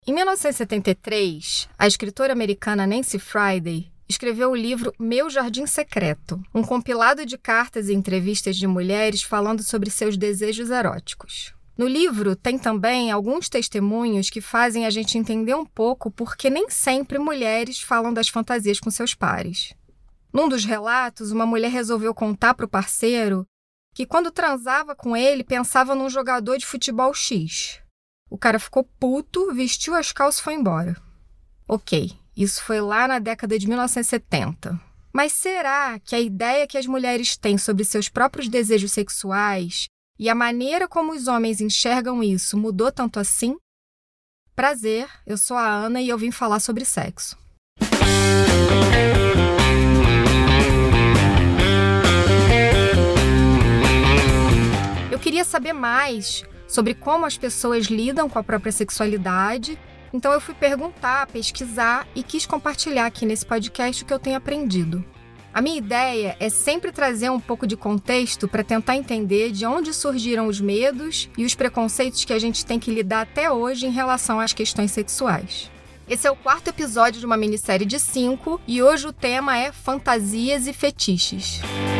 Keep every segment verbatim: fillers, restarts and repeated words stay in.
Em mil novecentos e setenta e três, a escritora americana Nancy Friday escreveu o livro Meu Jardim Secreto, um compilado de cartas e entrevistas de mulheres falando sobre seus desejos eróticos. No livro, tem também alguns testemunhos que fazem a gente entender um pouco porque nem sempre mulheres falam das fantasias com seus pares. Num dos relatos, uma mulher resolveu contar para o parceiro que quando transava com ele, pensava num jogador de futebol X. O cara ficou puto, vestiu as calças e foi embora. Ok, isso foi lá na década de mil novecentos e setenta. Mas será que a ideia que as mulheres têm sobre seus próprios desejos sexuais e a maneira como os homens enxergam isso mudou tanto assim? Prazer, eu sou a Ana e eu vim falar sobre sexo. Eu queria saber mais sobre como as pessoas lidam com a própria sexualidade, então eu fui perguntar, pesquisar e quis compartilhar aqui nesse podcast o que eu tenho aprendido. A minha ideia é sempre trazer um pouco de contexto para tentar entender de onde surgiram os medos e os preconceitos que a gente tem que lidar até hoje em relação às questões sexuais. Esse é o quarto episódio de uma minissérie de cinco e hoje o tema é fantasias e fetiches.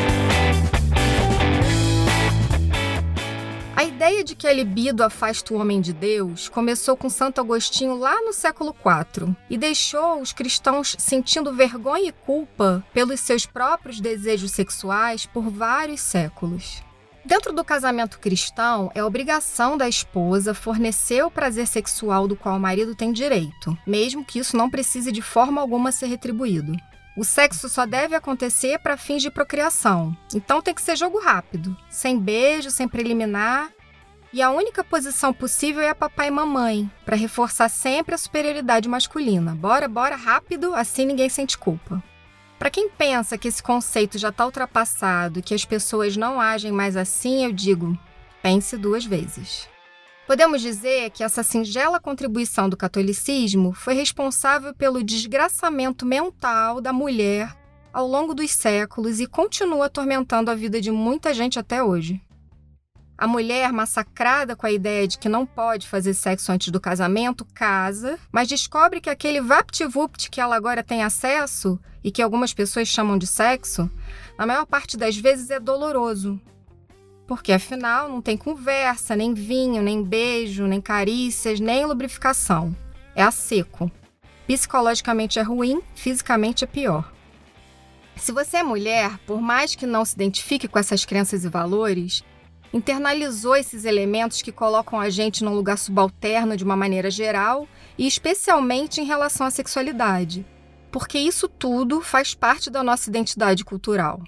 A ideia de que a libido afasta o homem de Deus começou com Santo Agostinho lá no século quatro e deixou os cristãos sentindo vergonha e culpa pelos seus próprios desejos sexuais por vários séculos. Dentro do casamento cristão, é obrigação da esposa fornecer o prazer sexual do qual o marido tem direito, mesmo que isso não precise de forma alguma ser retribuído. O sexo só deve acontecer para fins de procriação, então tem que ser jogo rápido, sem beijo, sem preliminar, e a única posição possível é a papai e mamãe, para reforçar sempre a superioridade masculina. Bora, bora, rápido, assim ninguém sente culpa. Para quem pensa que esse conceito já está ultrapassado e que as pessoas não agem mais assim, eu digo, pense duas vezes. Podemos dizer que essa singela contribuição do catolicismo foi responsável pelo desgraçamento mental da mulher ao longo dos séculos e continua atormentando a vida de muita gente até hoje. A mulher, massacrada com a ideia de que não pode fazer sexo antes do casamento, casa, mas descobre que aquele vapt-vupt que ela agora tem acesso e que algumas pessoas chamam de sexo, na maior parte das vezes é doloroso. Porque, afinal, não tem conversa, nem vinho, nem beijo, nem carícias, nem lubrificação. É a seco. Psicologicamente é ruim, fisicamente é pior. Se você é mulher, por mais que não se identifique com essas crenças e valores, internalizou esses elementos que colocam a gente num lugar subalterno de uma maneira geral e especialmente em relação à sexualidade. Porque isso tudo faz parte da nossa identidade cultural.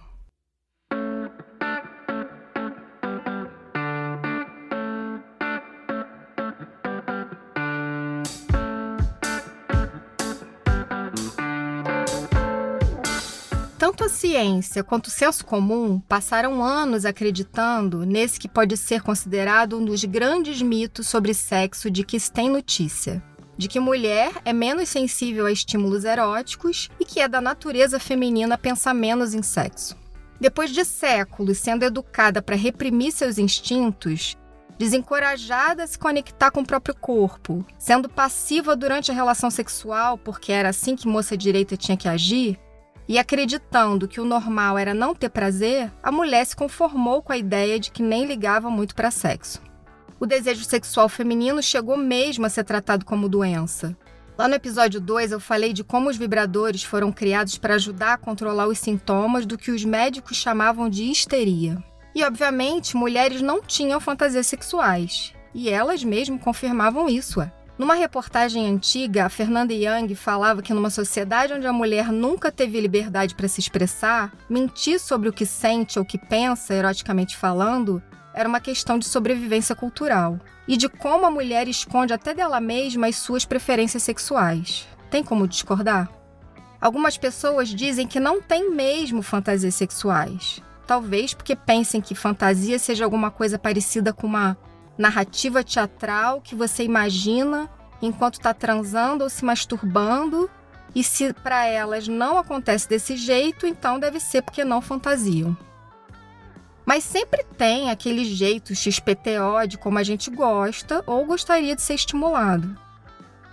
Tanto a ciência quanto o senso comum passaram anos acreditando nesse que pode ser considerado um dos grandes mitos sobre sexo de que se tem notícia. De que mulher é menos sensível a estímulos eróticos e que é da natureza feminina pensar menos em sexo. Depois de séculos sendo educada para reprimir seus instintos, desencorajada a se conectar com o próprio corpo, sendo passiva durante a relação sexual porque era assim que moça direita tinha que agir, e acreditando que o normal era não ter prazer, a mulher se conformou com a ideia de que nem ligava muito para sexo. O desejo sexual feminino chegou mesmo a ser tratado como doença. Lá no episódio dois eu falei de como os vibradores foram criados para ajudar a controlar os sintomas do que os médicos chamavam de histeria. E, obviamente, mulheres não tinham fantasias sexuais. E elas mesmo confirmavam isso, é. Numa reportagem antiga, a Fernanda Young falava que numa sociedade onde a mulher nunca teve liberdade para se expressar, mentir sobre o que sente ou que pensa, eroticamente falando, era uma questão de sobrevivência cultural. E de como a mulher esconde até dela mesma as suas preferências sexuais. Tem como discordar? Algumas pessoas dizem que não tem mesmo fantasias sexuais. Talvez porque pensem que fantasia seja alguma coisa parecida com uma narrativa teatral que você imagina enquanto está transando ou se masturbando, e se para elas não acontece desse jeito, então deve ser porque não fantasiam. Mas sempre tem aquele jeito X P T O de como a gente gosta ou gostaria de ser estimulado.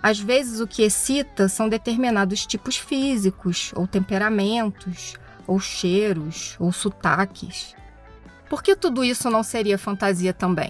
Às vezes o que excita são determinados tipos físicos, ou temperamentos, ou cheiros, ou sotaques. Por que tudo isso não seria fantasia também?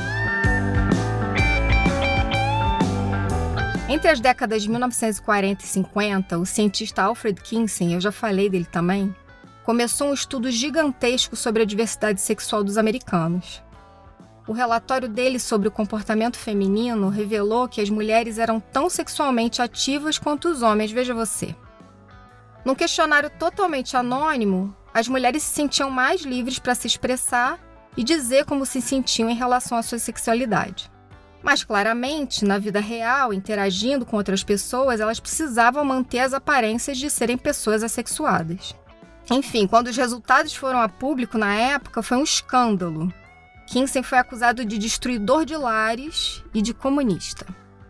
Entre as décadas de mil novecentos e quarenta e cinquenta, o cientista Alfred Kinsey, eu já falei dele também, começou um estudo gigantesco sobre a diversidade sexual dos americanos. O relatório dele sobre o comportamento feminino revelou que as mulheres eram tão sexualmente ativas quanto os homens, veja você. Num questionário totalmente anônimo, as mulheres se sentiam mais livres para se expressar e dizer como se sentiam em relação à sua sexualidade. Mas, claramente, na vida real, interagindo com outras pessoas, elas precisavam manter as aparências de serem pessoas assexuadas. Enfim, quando os resultados foram a público na época, foi um escândalo. Kinsey foi acusado de destruidor de lares e de comunista.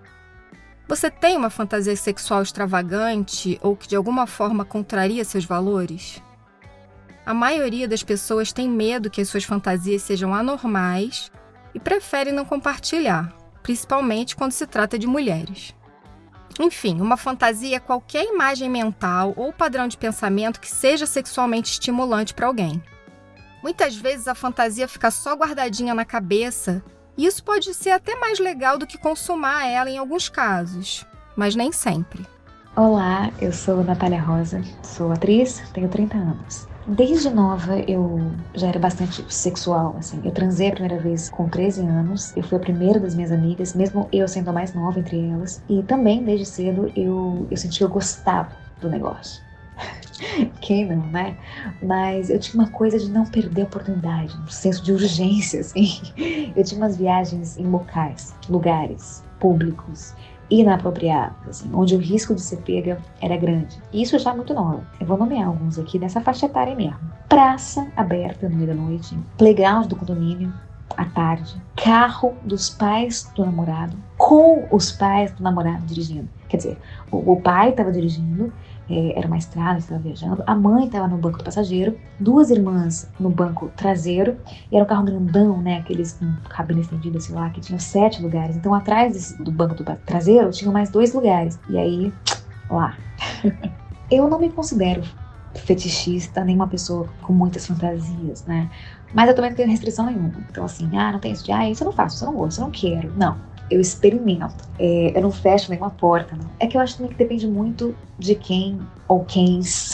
Você tem uma fantasia sexual extravagante ou que de alguma forma contraria seus valores? A maioria das pessoas tem medo que as suas fantasias sejam anormais e preferem não compartilhar, principalmente quando se trata de mulheres. Enfim, uma fantasia é qualquer imagem mental ou padrão de pensamento que seja sexualmente estimulante para alguém. Muitas vezes a fantasia fica só guardadinha na cabeça, e isso pode ser até mais legal do que consumar ela em alguns casos, mas nem sempre. Olá, eu sou Natália Rosa, sou atriz, tenho trinta anos. Desde nova eu já era bastante sexual, assim. Eu transei a primeira vez com treze anos, eu fui a primeira das minhas amigas, mesmo eu sendo a mais nova entre elas. E também, desde cedo, eu, eu senti que eu gostava do negócio. Quem não, né? Mas eu tinha uma coisa de não perder a oportunidade, um senso de urgência, assim. Eu tinha umas viagens em locais, lugares públicos, inapropriados, assim, onde o risco de ser pega era grande. E isso já muito nova. Eu vou nomear alguns aqui dessa faixa etária mesmo. Praça aberta no meio da noite, playground do condomínio à tarde, carro dos pais do namorado, com os pais do namorado dirigindo. Quer dizer, o, o pai estava dirigindo, é, era uma estrada, estava viajando, a mãe estava no banco do passageiro, duas irmãs no banco traseiro, e era um carro grandão, né, aqueles com cabine estendida, sei lá, que tinha sete lugares. Então, atrás desse, do banco do traseiro, tinham mais dois lugares. E aí, lá. Eu não me considero fetichista, nem uma pessoa com muitas fantasias, né, mas eu também não tenho restrição nenhuma. Então, assim, ah, não tem isso de, ah, isso eu não faço, isso eu não gosto, isso eu não quero. Não. Eu experimento, é, eu não fecho nenhuma porta, não. É que eu acho também que depende muito de quem ou quens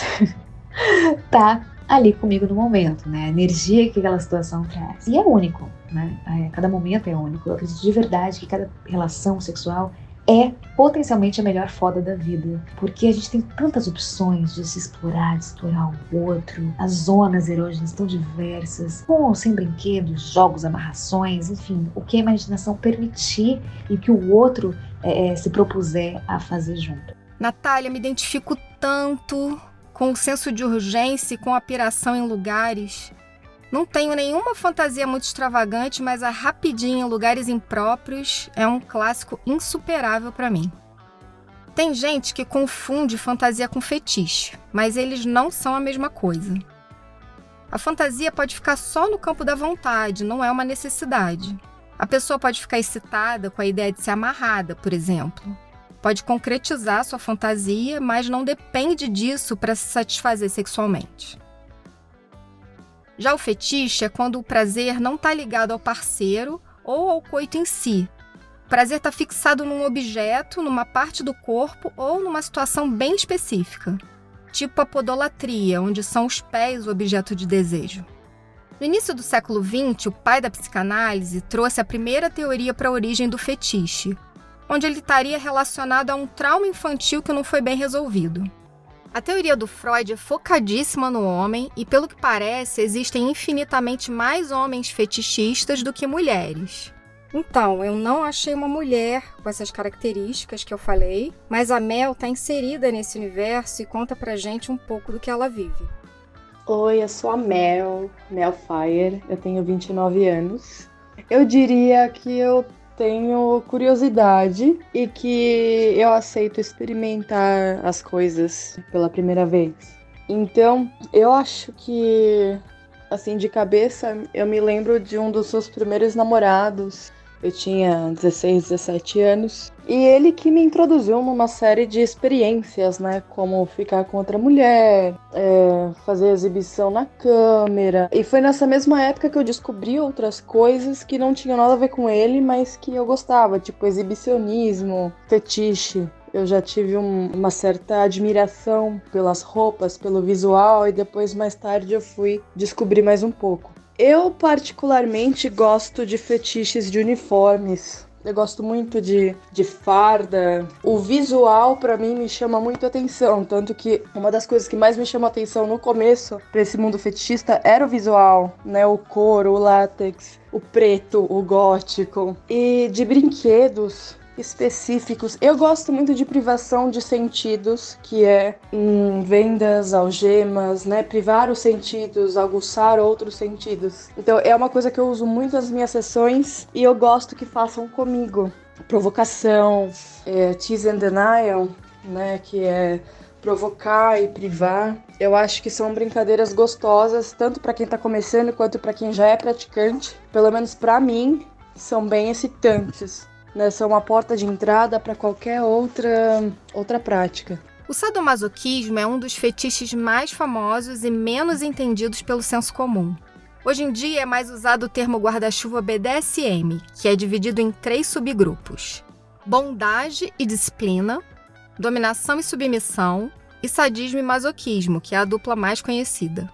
tá ali comigo no momento, né? A energia que aquela situação traz. E é único, né? É, cada momento é único. Eu acredito de verdade que cada relação sexual é potencialmente a melhor foda da vida, porque a gente tem tantas opções de se explorar, de explorar o outro, as zonas erógenas tão diversas, com ou sem brinquedos, jogos, amarrações, enfim, o que a imaginação permitir e que o outro é, se propuser a fazer junto. Natália, me identifico tanto com o senso de urgência e com a piração em lugares. Não tenho nenhuma fantasia muito extravagante, mas a rapidinha em lugares impróprios é um clássico insuperável para mim. Tem gente que confunde fantasia com fetiche, mas eles não são a mesma coisa. A fantasia pode ficar só no campo da vontade, não é uma necessidade. A pessoa pode ficar excitada com a ideia de ser amarrada, por exemplo. Pode concretizar sua fantasia, mas não depende disso para se satisfazer sexualmente. Já o fetiche é quando o prazer não está ligado ao parceiro ou ao coito em si. O prazer está fixado num objeto, numa parte do corpo ou numa situação bem específica, tipo a podolatria, onde são os pés o objeto de desejo. No início do século vinte, o pai da psicanálise trouxe a primeira teoria para a origem do fetiche, onde ele estaria relacionado a um trauma infantil que não foi bem resolvido. A teoria do Freud é focadíssima no homem e, pelo que parece, existem infinitamente mais homens fetichistas do que mulheres. Então, eu não achei uma mulher com essas características que eu falei, mas a Mel está inserida nesse universo e conta pra gente um pouco do que ela vive. Oi, eu sou a Mel, Mel Fire, eu tenho vinte e nove anos. Eu diria que eu tenho curiosidade e que eu aceito experimentar as coisas pela primeira vez. Então, eu acho que, assim, de cabeça, eu me lembro de um dos seus primeiros namorados Eu tinha dezesseis, dezessete anos. E ele que me introduziu numa série de experiências, né? Como ficar com outra mulher, é, fazer exibição na câmera. E foi nessa mesma época que eu descobri outras coisas que não tinham nada a ver com ele, mas que eu gostava, tipo exibicionismo, fetiche. Eu já tive um, uma certa admiração pelas roupas, pelo visual, e depois, mais tarde, eu fui descobrir mais um pouco. Eu, particularmente, gosto de fetiches de uniformes. Eu gosto muito de, de farda. O visual, pra mim, me chama muito atenção. Tanto que uma das coisas que mais me chamou atenção no começo, pra esse mundo fetichista, era o visual, né? O couro, o látex, o preto, o gótico. E de brinquedos específicos. Eu gosto muito de privação de sentidos, que é hum, vendas, algemas, né? Privar os sentidos, aguçar outros sentidos. Então é uma coisa que eu uso muito nas minhas sessões e eu gosto que façam comigo. Provocação, é, tease and denial, né? Que é provocar e privar. Eu acho que são brincadeiras gostosas, tanto para quem tá começando quanto para quem já é praticante. Pelo menos para mim, são bem excitantes. Né, são uma porta de entrada para qualquer outra, outra prática. O sadomasoquismo é um dos fetiches mais famosos e menos entendidos pelo senso comum. Hoje em dia é mais usado o termo guarda-chuva B D S M, que é dividido em três subgrupos: bondage e disciplina, dominação e submissão, e sadismo e masoquismo, que é a dupla mais conhecida.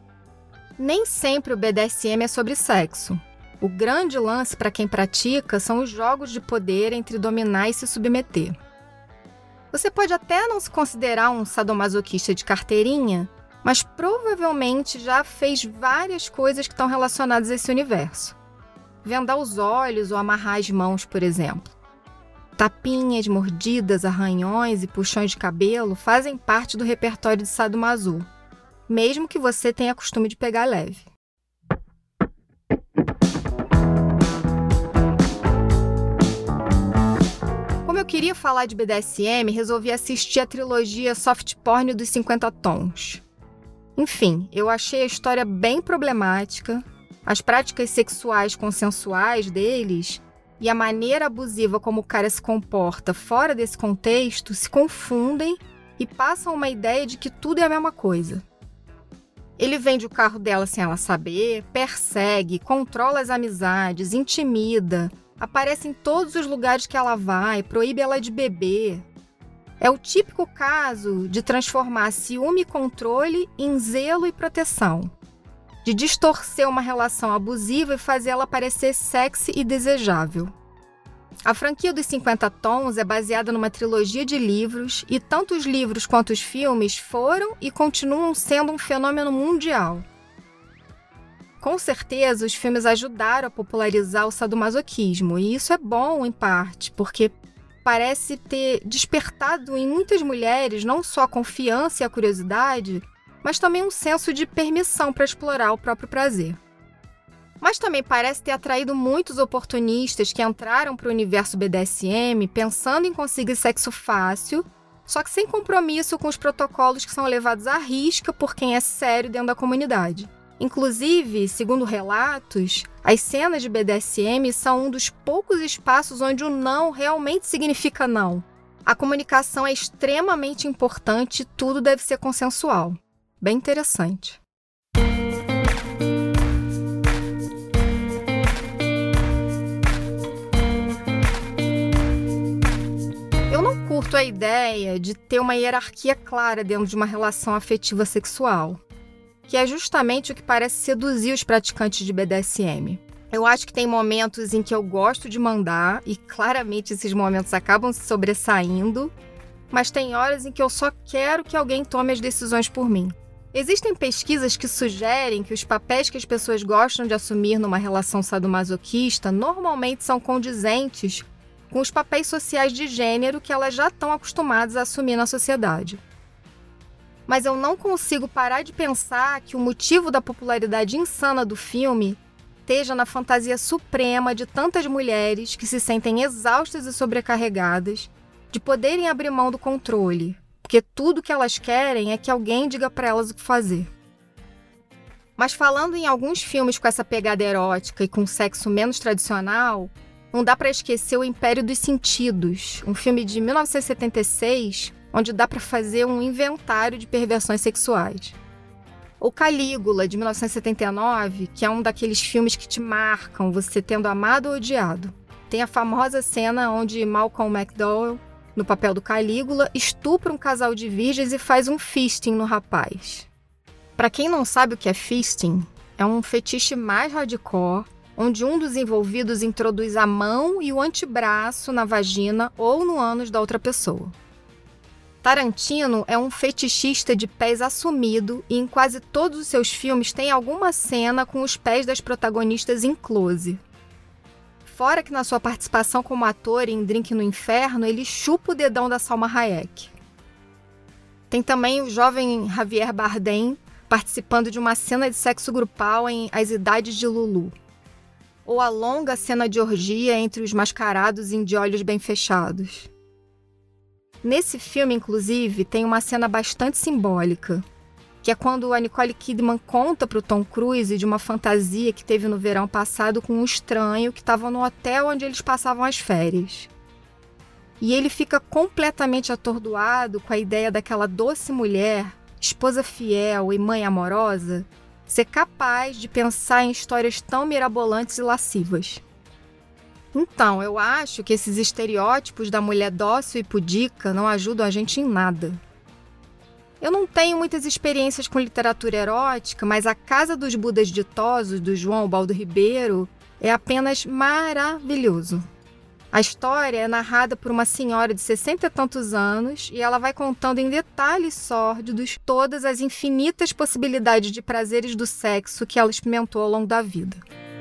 Nem sempre o B D S M é sobre sexo. O grande lance para quem pratica são os jogos de poder entre dominar e se submeter. Você pode até não se considerar um sadomasoquista de carteirinha, mas provavelmente já fez várias coisas que estão relacionadas a esse universo. Vendar os olhos ou amarrar as mãos, por exemplo. Tapinhas, mordidas, arranhões e puxões de cabelo fazem parte do repertório de sadomaso, mesmo que você tenha costume de pegar leve. Como eu queria falar de B D S M, resolvi assistir a trilogia Soft Porn dos cinquenta tons. Enfim, eu achei a história bem problemática, as práticas sexuais consensuais deles e a maneira abusiva como o cara se comporta fora desse contexto se confundem e passam uma ideia de que tudo é a mesma coisa. Ele vende o carro dela sem ela saber, persegue, controla as amizades, intimida, aparece em todos os lugares que ela vai, proíbe ela de beber. É o típico caso de transformar ciúme e controle em zelo e proteção, de distorcer uma relação abusiva e fazer ela parecer sexy e desejável. A franquia dos cinquenta tons é baseada numa trilogia de livros e tanto os livros quanto os filmes foram e continuam sendo um fenômeno mundial. Com certeza, os filmes ajudaram a popularizar o sadomasoquismo, e isso é bom, em parte, porque parece ter despertado em muitas mulheres não só a confiança e a curiosidade, mas também um senso de permissão para explorar o próprio prazer. Mas também parece ter atraído muitos oportunistas que entraram para o universo B D S M pensando em conseguir sexo fácil, só que sem compromisso com os protocolos que são levados à risca por quem é sério dentro da comunidade. Inclusive, segundo relatos, as cenas de B D S M são um dos poucos espaços onde o não realmente significa não. A comunicação é extremamente importante e tudo deve ser consensual. Bem interessante. Eu não curto a ideia de ter uma hierarquia clara dentro de uma relação afetiva sexual, que é justamente o que parece seduzir os praticantes de B D S M. Eu acho que tem momentos em que eu gosto de mandar, e claramente esses momentos acabam se sobressaindo, mas tem horas em que eu só quero que alguém tome as decisões por mim. Existem pesquisas que sugerem que os papéis que as pessoas gostam de assumir numa relação sadomasoquista normalmente são condizentes com os papéis sociais de gênero que elas já estão acostumadas a assumir na sociedade. Mas eu não consigo parar de pensar que o motivo da popularidade insana do filme esteja na fantasia suprema de tantas mulheres que se sentem exaustas e sobrecarregadas de poderem abrir mão do controle, porque tudo que elas querem é que alguém diga para elas o que fazer. Mas falando em alguns filmes com essa pegada erótica e com sexo menos tradicional, não dá para esquecer O Império dos Sentidos, um filme de mil novecentos e setenta e seis, onde dá para fazer um inventário de perversões sexuais. Ou Calígula, de mil novecentos e setenta e nove, que é um daqueles filmes que te marcam, você tendo amado ou odiado. Tem a famosa cena onde Malcolm McDowell, no papel do Calígula, estupra um casal de virgens e faz um fisting no rapaz. Para quem não sabe o que é fisting, é um fetiche mais hardcore, onde um dos envolvidos introduz a mão e o antebraço na vagina ou no ânus da outra pessoa. Tarantino é um fetichista de pés assumido e em quase todos os seus filmes tem alguma cena com os pés das protagonistas em close. Fora que na sua participação como ator em Drink no Inferno, ele chupa o dedão da Salma Hayek. Tem também o jovem Javier Bardem participando de uma cena de sexo grupal em As Idades de Lulu. Ou a longa cena de orgia entre os mascarados em De Olhos Bem Fechados. Nesse filme, inclusive, tem uma cena bastante simbólica, que é quando a Nicole Kidman conta para o Tom Cruise de uma fantasia que teve no verão passado com um estranho que estava no hotel onde eles passavam as férias. E ele fica completamente atordoado com a ideia daquela doce mulher, esposa fiel e mãe amorosa, ser capaz de pensar em histórias tão mirabolantes e lascivas. Então, eu acho que esses estereótipos da mulher dócil e pudica não ajudam a gente em nada. Eu não tenho muitas experiências com literatura erótica, mas A Casa dos Budas Ditosos, do João Ubaldo Ribeiro, é apenas maravilhoso. A história é narrada por uma senhora de sessenta e tantos anos e ela vai contando em detalhes sórdidos todas as infinitas possibilidades de prazeres do sexo que ela experimentou ao longo da vida.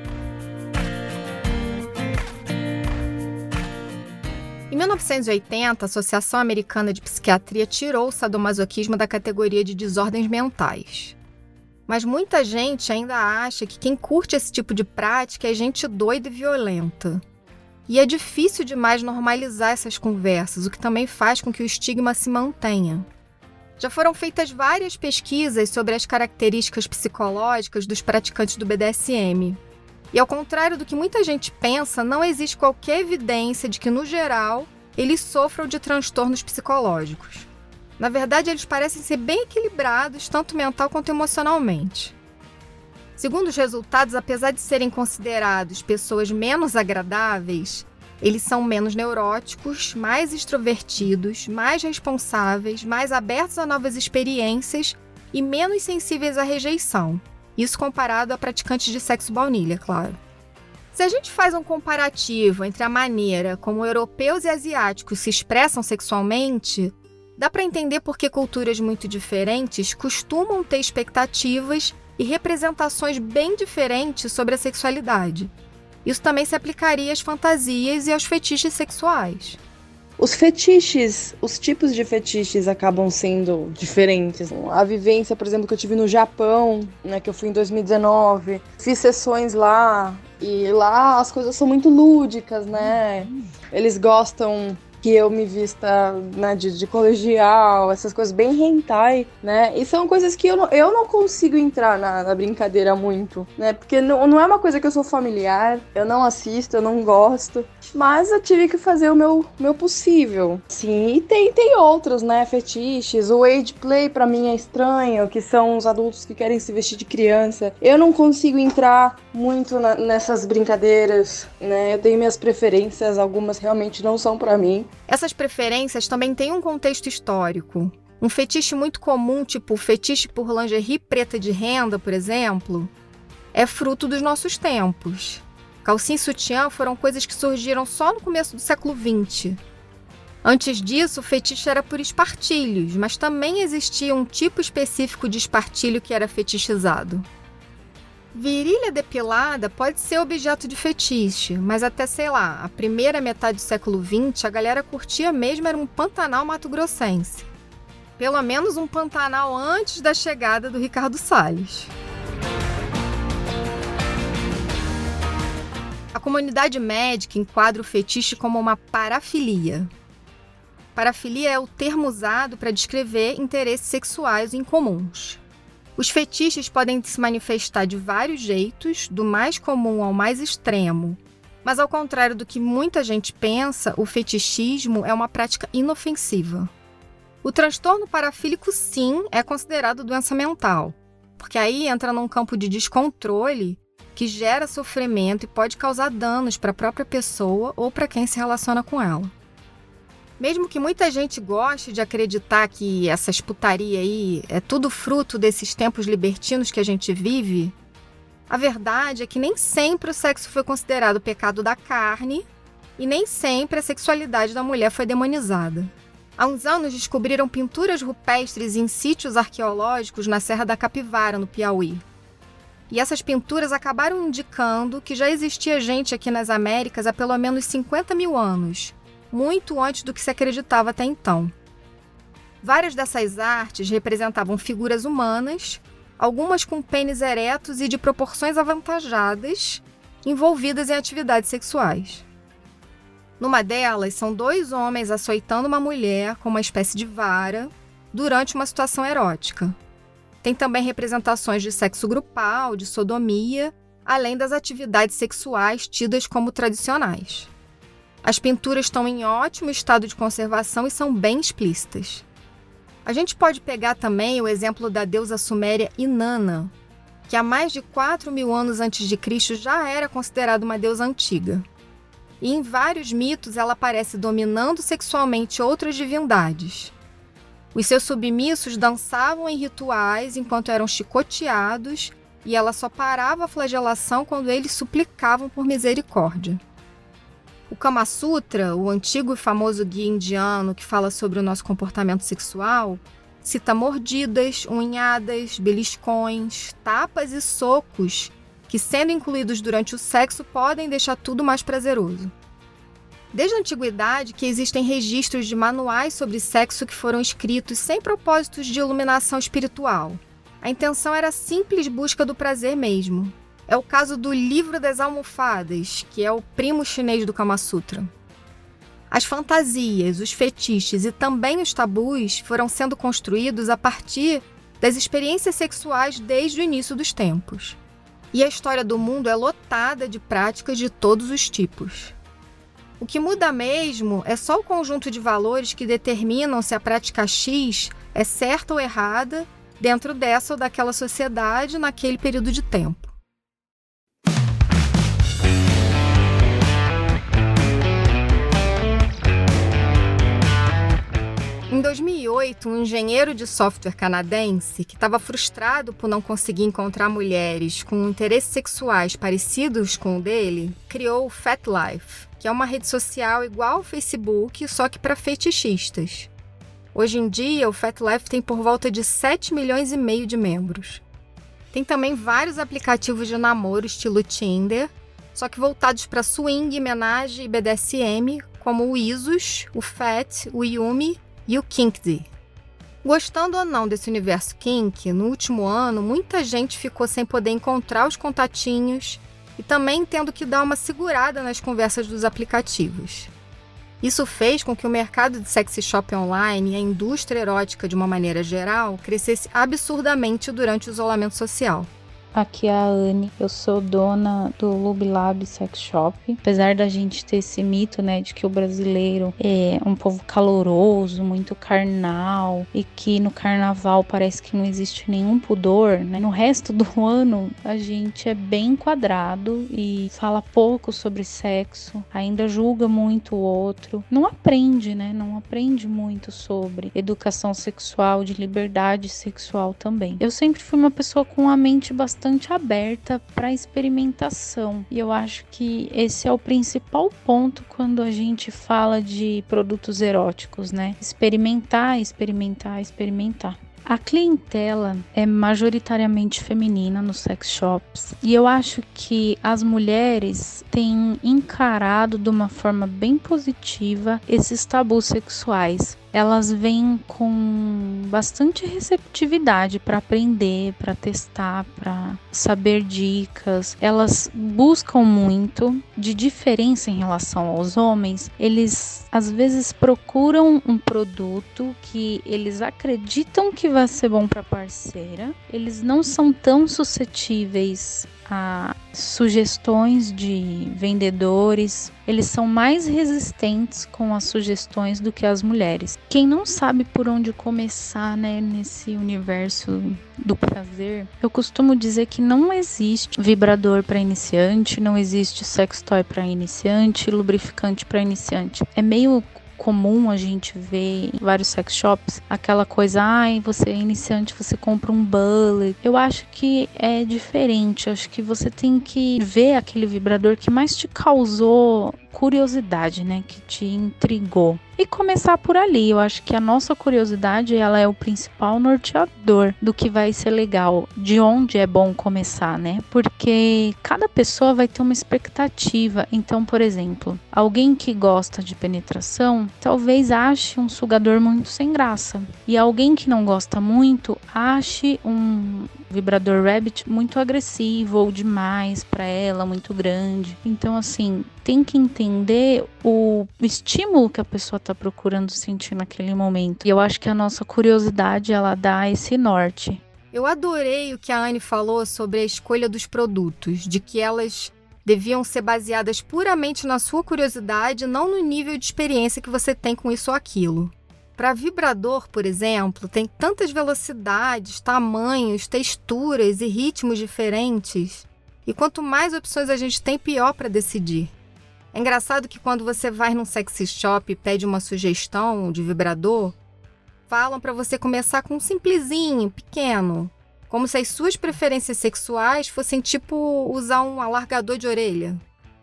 Em mil novecentos e oitenta, a Associação Americana de Psiquiatria tirou o sadomasoquismo da categoria de desordens mentais. Mas muita gente ainda acha que quem curte esse tipo de prática é gente doida e violenta. E é difícil demais normalizar essas conversas, o que também faz com que o estigma se mantenha. Já foram feitas várias pesquisas sobre as características psicológicas dos praticantes do B D S M. E ao contrário do que muita gente pensa, não existe qualquer evidência de que, no geral, eles sofram de transtornos psicológicos. Na verdade, eles parecem ser bem equilibrados, tanto mental quanto emocionalmente. Segundo os resultados, apesar de serem considerados pessoas menos agradáveis, eles são menos neuróticos, mais extrovertidos, mais responsáveis, mais abertos a novas experiências e menos sensíveis à rejeição. Isso comparado a praticantes de sexo baunilha, claro. Se a gente faz um comparativo entre a maneira como europeus e asiáticos se expressam sexualmente, dá para entender por que culturas muito diferentes costumam ter expectativas e representações bem diferentes sobre a sexualidade. Isso também se aplicaria às fantasias e aos fetiches sexuais. Os fetiches, os tipos de fetiches acabam sendo diferentes. A vivência, por exemplo, que eu tive no Japão, né, que eu fui em dois mil e dezenove, fiz sessões lá, e lá as coisas são muito lúdicas, né? Eles gostam que eu me vista, né, de, de colegial, essas coisas bem hentai, né? E são coisas que eu não, eu não consigo entrar na, na brincadeira muito, né? Porque não, não é uma coisa que eu sou familiar, eu não assisto, eu não gosto, mas eu tive que fazer o meu, meu possível. Sim, e tem, tem outros, né, fetiches. O age play pra mim é estranho, que são os adultos que querem se vestir de criança. Eu não consigo entrar muito na, nessas brincadeiras, né? Eu tenho minhas preferências, algumas realmente não são pra mim. Essas preferências também têm um contexto histórico. Um fetiche muito comum, tipo o fetiche por lingerie preta de renda, por exemplo, é fruto dos nossos tempos. Calcinha e sutiã foram coisas que surgiram só no começo do século vinte. Antes disso, o fetiche era por espartilhos, mas também existia um tipo específico de espartilho que era fetichizado. Virilha depilada pode ser objeto de fetiche, mas até, sei lá, a primeira metade do século vinte, a galera curtia mesmo era um Pantanal mato-grossense. Pelo menos um Pantanal antes da chegada do Ricardo Salles. A comunidade médica enquadra o fetiche como uma parafilia. Parafilia é o termo usado para descrever interesses sexuais incomuns. Os fetiches podem se manifestar de vários jeitos, do mais comum ao mais extremo, Mas ao contrário do que muita gente pensa, o fetichismo é uma prática inofensiva. O transtorno parafílico, sim, é considerado doença mental, porque aí entra num campo de descontrole que gera sofrimento e pode causar danos para a própria pessoa ou para quem se relaciona com ela. Mesmo que muita gente goste de acreditar que essas putaria aí é tudo fruto desses tempos libertinos que a gente vive, a verdade é que nem sempre o sexo foi considerado pecado da carne e nem sempre a sexualidade da mulher foi demonizada. Há uns anos descobriram pinturas rupestres em sítios arqueológicos na Serra da Capivara, no Piauí. E essas pinturas acabaram indicando que já existia gente aqui nas Américas há pelo menos cinquenta mil anos, muito antes do que se acreditava até então. Várias dessas artes representavam figuras humanas, algumas com pênis eretos e de proporções avantajadas, envolvidas em atividades sexuais. Numa delas, são dois homens açoitando uma mulher com uma espécie de vara durante uma situação erótica. Tem também representações de sexo grupal, de sodomia, além das atividades sexuais tidas como tradicionais. As pinturas estão em ótimo estado de conservação e são bem explícitas. A gente pode pegar também o exemplo da deusa suméria Inanna, que há mais de quatro mil anos antes de Cristo já era considerada uma deusa antiga. E em vários mitos ela aparece dominando sexualmente outras divindades. Os seus submissos dançavam em rituais enquanto eram chicoteados e ela só parava a flagelação quando eles suplicavam por misericórdia. O Kama Sutra, o antigo e famoso guia indiano que fala sobre o nosso comportamento sexual, cita mordidas, unhadas, beliscões, tapas e socos que, sendo incluídos durante o sexo, podem deixar tudo mais prazeroso. Desde a antiguidade que existem registros de manuais sobre sexo que foram escritos sem propósitos de iluminação espiritual. A intenção era a simples busca do prazer mesmo. É o caso do Livro das Almofadas, que é o primo chinês do Kama Sutra. As fantasias, os fetiches e também os tabus foram sendo construídos a partir das experiências sexuais desde o início dos tempos. E a história do mundo é lotada de práticas de todos os tipos. O que muda mesmo é só o conjunto de valores que determinam se a prática X é certa ou errada dentro dessa ou daquela sociedade naquele período de tempo. Em dois mil e oito, um engenheiro de software canadense, que estava frustrado por não conseguir encontrar mulheres com interesses sexuais parecidos com o dele, criou o FetLife, que é uma rede social igual ao Facebook, só que para fetichistas. Hoje em dia, o FetLife tem por volta de sete milhões e meio de membros. Tem também vários aplicativos de namoro estilo Tinder, só que voltados para swing, homenagem e B D S M, como o Isus, o Fet, o Yumi e o Kinkd. Gostando ou não desse universo kink, no último ano muita gente ficou sem poder encontrar os contatinhos e também tendo que dar uma segurada nas conversas dos aplicativos. Isso fez com que o mercado de sexy shop online e a indústria erótica de uma maneira geral crescesse absurdamente durante o isolamento social. Aqui é a Anne, eu sou dona do Lube Lab Sex Shop. Apesar da gente ter esse mito, né, de que o brasileiro é um povo caloroso, muito carnal e que no carnaval parece que não existe nenhum pudor, né? No resto do ano a gente é bem enquadrado e fala pouco sobre sexo, ainda julga muito o outro, não aprende, né? Não aprende muito sobre educação sexual, de liberdade sexual também. Eu sempre fui uma pessoa com a mente bastante bastante aberta para experimentação. E eu acho que esse é o principal ponto quando a gente fala de produtos eróticos, né? Experimentar, experimentar, experimentar. A clientela é majoritariamente feminina nos sex shops e eu acho que as mulheres têm encarado de uma forma bem positiva esses tabus sexuais. elas vêm com bastante receptividade para aprender, para testar, para saber dicas. Elas buscam muito de diferença em relação aos homens. Eles às vezes procuram um produto que eles acreditam que vai ser bom para a parceira. Eles não são tão suscetíveis a sugestões de vendedores. Eles são mais resistentes com as sugestões do que as mulheres. Quem não sabe por onde começar, né, nesse universo do prazer, eu costumo dizer que não existe vibrador para iniciante, não existe sex toy para iniciante, lubrificante para iniciante. É meio comum a gente ver em vários sex shops aquela coisa, ai, você é iniciante, você compra um bullet. Eu acho que é diferente, acho que você tem que ver aquele vibrador que mais te causou curiosidade, né, que te intrigou. E começar por ali. Eu acho que a nossa curiosidade, ela é o principal norteador do que vai ser legal, de onde é bom começar, né? Porque cada pessoa vai ter uma expectativa. Então, por exemplo, alguém que gosta de penetração, talvez ache um sugador muito sem graça. E alguém que não gosta muito, ache um vibrador rabbit muito agressivo ou demais para ela, muito grande. Então, assim, tem que entender o estímulo que a pessoa está procurando sentir naquele momento. E eu acho que a nossa curiosidade, ela dá esse norte. Eu adorei o que a Anne falou sobre a escolha dos produtos, de que elas deviam ser baseadas puramente na sua curiosidade, não no nível de experiência que você tem com isso ou aquilo. Para vibrador, por exemplo, tem tantas velocidades, tamanhos, texturas e ritmos diferentes. E quanto mais opções a gente tem, pior para decidir. É engraçado que quando você vai num sexy shop e pede uma sugestão de vibrador, falam para você começar com um simplesinho, pequeno, como se as suas preferências sexuais fossem tipo usar um alargador de orelha.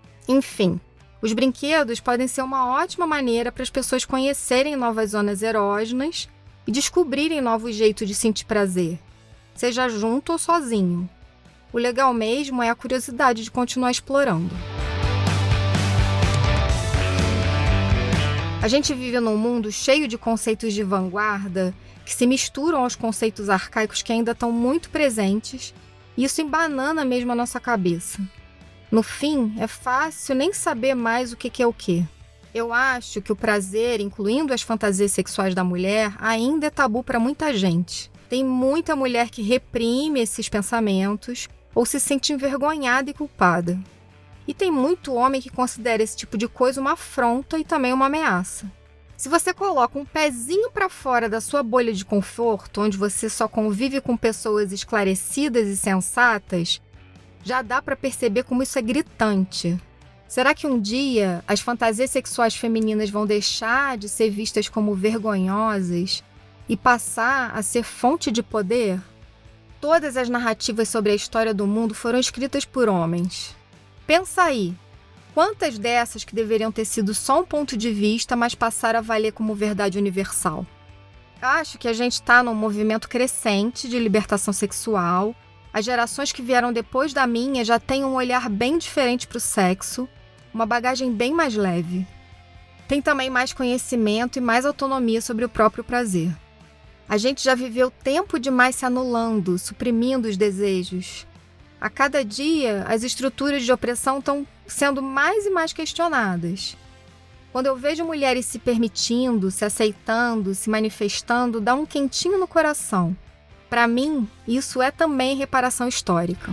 Enfim, os brinquedos podem ser uma ótima maneira para as pessoas conhecerem novas zonas erógenas e descobrirem novos jeitos de sentir prazer, seja junto ou sozinho. O legal mesmo é a curiosidade de continuar explorando. A gente vive num mundo cheio de conceitos de vanguarda que se misturam aos conceitos arcaicos que ainda estão muito presentes, e isso embanana mesmo a nossa cabeça. No fim, é fácil nem saber mais o que é o que. Eu acho que o prazer, incluindo as fantasias sexuais da mulher, ainda é tabu para muita gente. Tem muita mulher que reprime esses pensamentos ou se sente envergonhada e culpada. E tem muito homem que considera esse tipo de coisa uma afronta e também uma ameaça. Se você coloca um pezinho para fora da sua bolha de conforto, onde você só convive com pessoas esclarecidas e sensatas, já dá para perceber como isso é gritante. Será que um dia as fantasias sexuais femininas vão deixar de ser vistas como vergonhosas e passar a ser fonte de poder? Todas as narrativas sobre a história do mundo foram escritas por homens. Pensa aí, quantas dessas que deveriam ter sido só um ponto de vista, mas passaram a valer como verdade universal? Acho que a gente está num movimento crescente de libertação sexual. As gerações que vieram depois da minha já têm um olhar bem diferente para o sexo, uma bagagem bem mais leve. Tem também mais conhecimento e mais autonomia sobre o próprio prazer. A gente já viveu tempo demais se anulando, suprimindo os desejos. A cada dia, as estruturas de opressão estão sendo mais e mais questionadas. Quando eu vejo mulheres se permitindo, se aceitando, se manifestando, dá um quentinho no coração. Para mim, isso é também reparação histórica.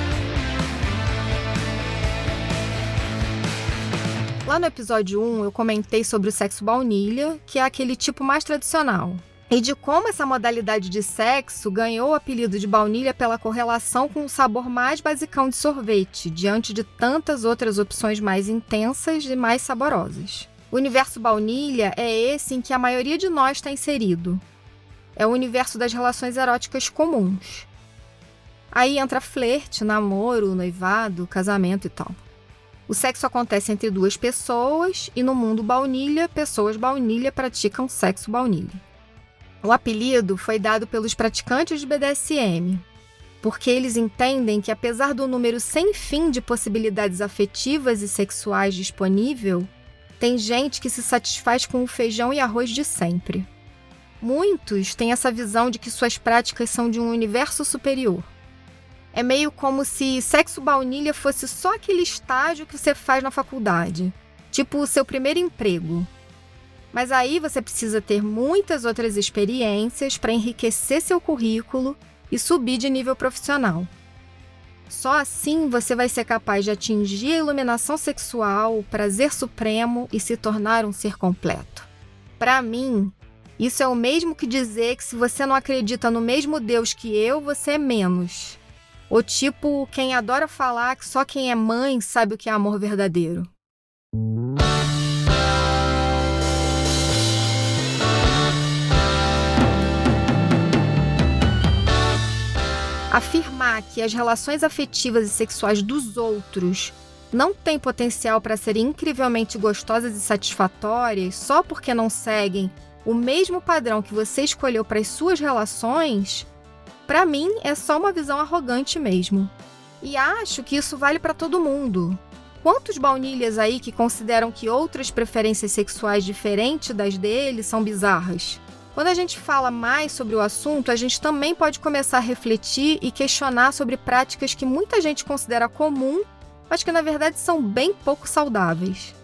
Lá no episódio um, eu comentei sobre o sexo baunilha, que é aquele tipo mais tradicional. E de como essa modalidade de sexo ganhou o apelido de baunilha pela correlação com o sabor mais basicão de sorvete, diante de tantas outras opções mais intensas e mais saborosas. O universo baunilha é esse em que a maioria de nós está inserido. É o universo das relações eróticas comuns. Aí entra flerte, namoro, noivado, casamento e tal. O sexo acontece entre duas pessoas e no mundo baunilha, pessoas baunilha praticam sexo baunilha. O apelido foi dado pelos praticantes de B D S M, porque eles entendem que apesar do número sem fim de possibilidades afetivas e sexuais disponível, Tem gente que se satisfaz com o feijão e arroz de sempre. Muitos têm essa visão de que suas práticas são de um universo superior. É meio como se sexo baunilha fosse só aquele estágio que você faz na faculdade, tipo o seu primeiro emprego. Mas aí você precisa ter muitas outras experiências para enriquecer seu currículo e subir de nível profissional. Só assim você vai ser capaz de atingir a iluminação sexual, o prazer supremo e se tornar um ser completo. Para mim, isso é o mesmo que dizer que se você não acredita no mesmo Deus que eu, você é menos. Ou tipo quem adora falar que só quem é mãe sabe o que é amor verdadeiro. Afirmar que as relações afetivas e sexuais dos outros não têm potencial para serem incrivelmente gostosas e satisfatórias só porque não seguem o mesmo padrão que você escolheu para as suas relações, para mim é só uma visão arrogante mesmo. E acho que isso vale para todo mundo. Quantos baunilhas aí que consideram que outras preferências sexuais diferentes das deles são bizarras? Quando a gente fala mais sobre o assunto, a gente também pode começar a refletir e questionar sobre práticas que muita gente considera comum, mas que na verdade são bem pouco saudáveis.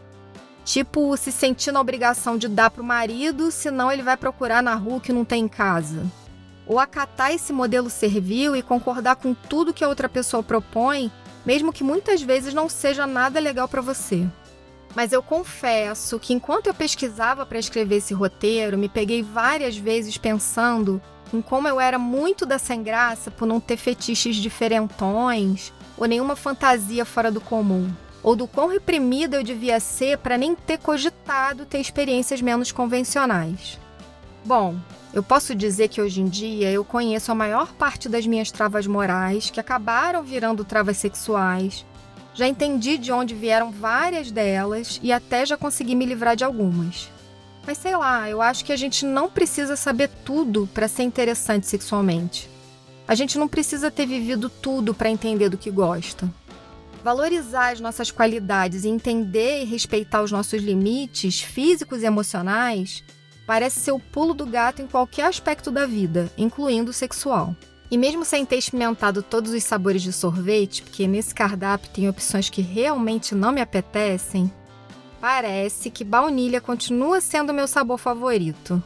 Tipo, se sentir na obrigação de dar pro marido, senão ele vai procurar na rua o que não tem em casa. Ou acatar esse modelo servil e concordar com tudo que a outra pessoa propõe, mesmo que muitas vezes não seja nada legal para você. Mas eu confesso que enquanto eu pesquisava para escrever esse roteiro, me peguei várias vezes pensando em como eu era muito da sem graça por não ter fetiches diferentões ou nenhuma fantasia fora do comum, ou do quão reprimida eu devia ser para nem ter cogitado ter experiências menos convencionais. Bom, eu posso dizer que hoje em dia eu conheço a maior parte das minhas travas morais que acabaram virando travas sexuais. Já entendi de onde vieram várias delas e até já consegui me livrar de algumas. Mas sei lá, eu acho que a gente não precisa saber tudo para ser interessante sexualmente. A gente não precisa ter vivido tudo para entender do que gosta. Valorizar as nossas qualidades e entender e respeitar os nossos limites físicos e emocionais parece ser o pulo do gato em qualquer aspecto da vida, incluindo o sexual. E mesmo sem ter experimentado todos os sabores de sorvete, porque nesse cardápio tem opções que realmente não me apetecem, parece que baunilha continua sendo o meu sabor favorito.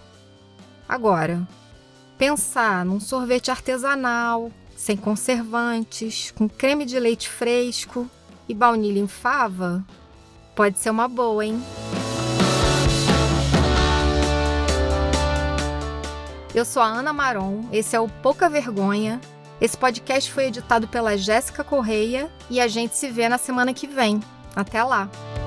Agora, pensar num sorvete artesanal, sem conservantes, com creme de leite fresco e baunilha em fava, pode ser uma boa, hein? Eu sou a Ana Maron, esse é o Pouca Vergonha. Esse podcast foi editado pela Jéssica Correia e a gente se vê na semana que vem. Até lá!